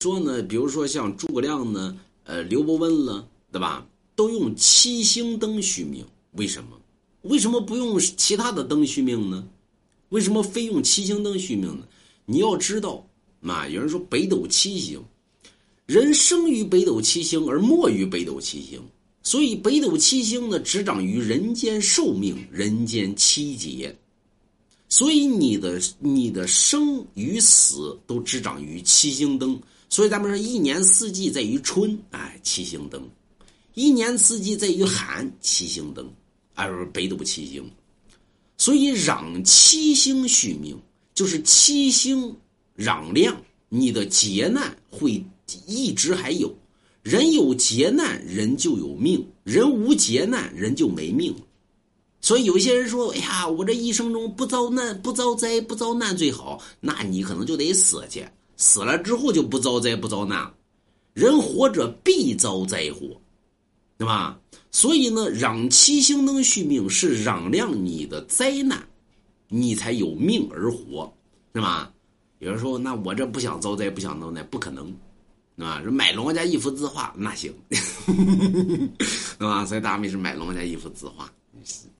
说呢，比如说像诸葛亮呢，刘伯温了，对吧？都用七星灯续命，为什么？为什么不用其他的灯续命呢？为什么非用七星灯续命呢？你要知道，有人说北斗七星，人生于北斗七星而没于北斗七星，所以北斗七星呢，执掌于人间寿命、人间七劫。所以你的生与死都执掌于七星灯，所以咱们说一年四季在于春，七星灯；一年四季在于寒，七星灯，北斗七星。所以攘七星续命，就是七星攘亮，你的劫难会一直还有。人有劫难，人就有命；人无劫难，人就没命。所以有些人说，哎呀，我这一生中不遭难、不遭灾、不遭难最好，那你可能就得死去，死了之后就不遭灾、不遭难了。人活着必遭灾祸，对吧？所以呢，攘七星灯续命是攘亮你的灾难，你才有命而活，对吧？有人说，那我这不想遭灾、不想遭难，不可能，对吧？买龙王家一幅字画，那行，对吧？所以大家没事买龙王家一幅字画。